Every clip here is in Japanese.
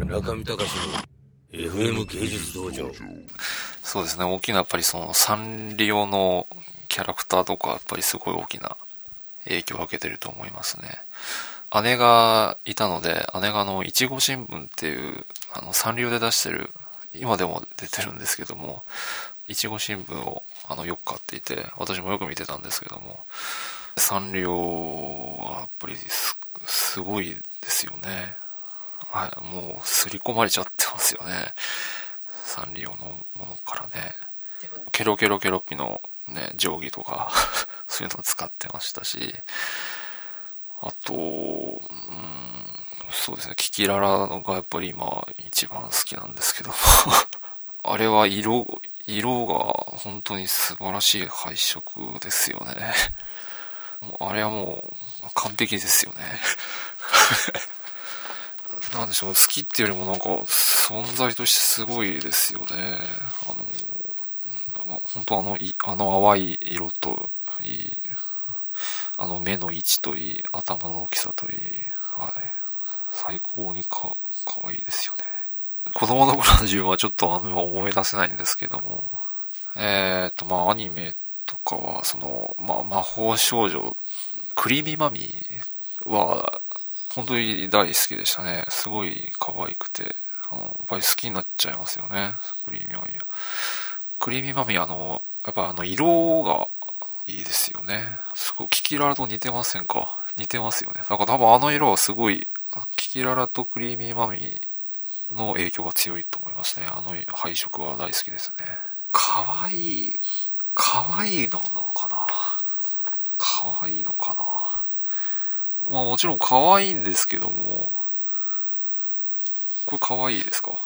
中見隆の FM 芸術道場。 そうですね、大きなやっぱりそのサンリオのキャラクターとかやっぱりすごい大きな影響を受けてると思いますね。姉がいたので、姉がいちご新聞っていうサンリオで出してる、今でも出てるんですけども、いちご新聞をよく買っていて、私もよく見てたんですけども、サンリオはやっぱりすごいですよね。はい、もう刷り込まれちゃってますよね、サンリオのものからね。ケロケロケロッピのね、定規とかそういうのを使ってましたし、あと、そうですね、キキララがやっぱり今一番好きなんですけどもあれは色が本当に素晴らしい配色ですよね。あれはもう完璧ですよねなんでしょう、好きっていうよりもなんか存在としてすごいですよね。本当淡い色といい、目の位置といい、頭の大きさといい、はい、最高に可愛いですよね。子供の頃の自分はちょっと思い出せないんですけども、アニメとかは魔法少女クリーミーマミーは本当に大好きでしたね。すごい可愛くて、やっぱり好きになっちゃいますよね、クリーミーマミーは。クリーミーマミーやっぱ色がいいですよね。すごいキキララと似てませんか？似てますよね。だから多分色はすごい、キキララとクリーミーマミーの影響が強いと思いますね。配色は大好きですね。可愛いのかな。可愛いのかな。まあもちろん可愛いんですけども、これ可愛いですか？こ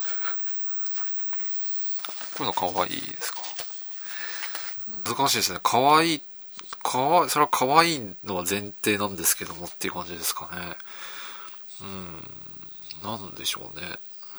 ういうの可愛いですか？難しいですね。それは可愛いのは前提なんですけどもっていう感じですかね。なんでしょうね。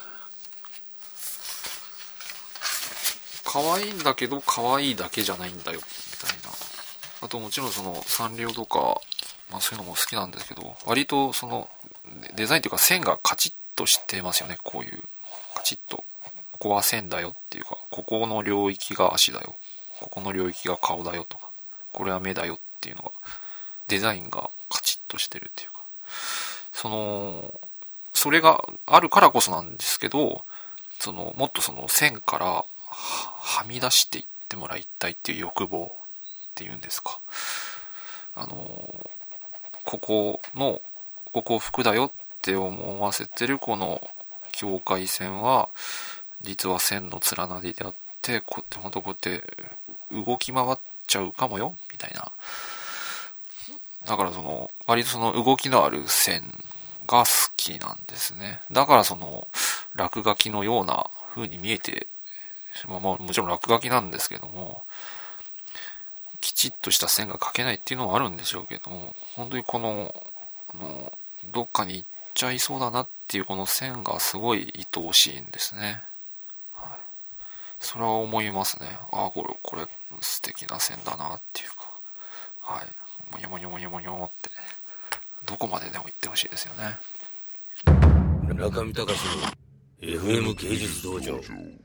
可愛いんだけど可愛いだけじゃないんだよみたいな。あともちろんサンリオとか、そういうのも好きなんですけど、割とデザインというか線がカチッとしてますよね。こういうカチッと、ここは線だよっていうか、ここの領域が足だよ、ここの領域が顔だよとか、これは目だよっていうのが、デザインがカチッとしてるっていうか、それがあるからこそなんですけど、もっと線からはみ出していってもらいたいっていう欲望っていうんですか。ここ服だよって思わせてるこの境界線は実は線の連なりであって、こうやって動き回っちゃうかもよみたいな。だから割と動きのある線が好きなんですね。だから落書きのような風に見えて、もちろん落書きなんですけども、きちっとした線が描けないっていうのはあるんでしょうけども、本当にどっかに行っちゃいそうだなっていうこの線がすごい愛おしいんですね。はい、それは思いますね。これ素敵な線だなっていうか、はい、もにょもにょもにょもにょってどこまででも行ってほしいですよね。 中見隆の FM 芸術道場。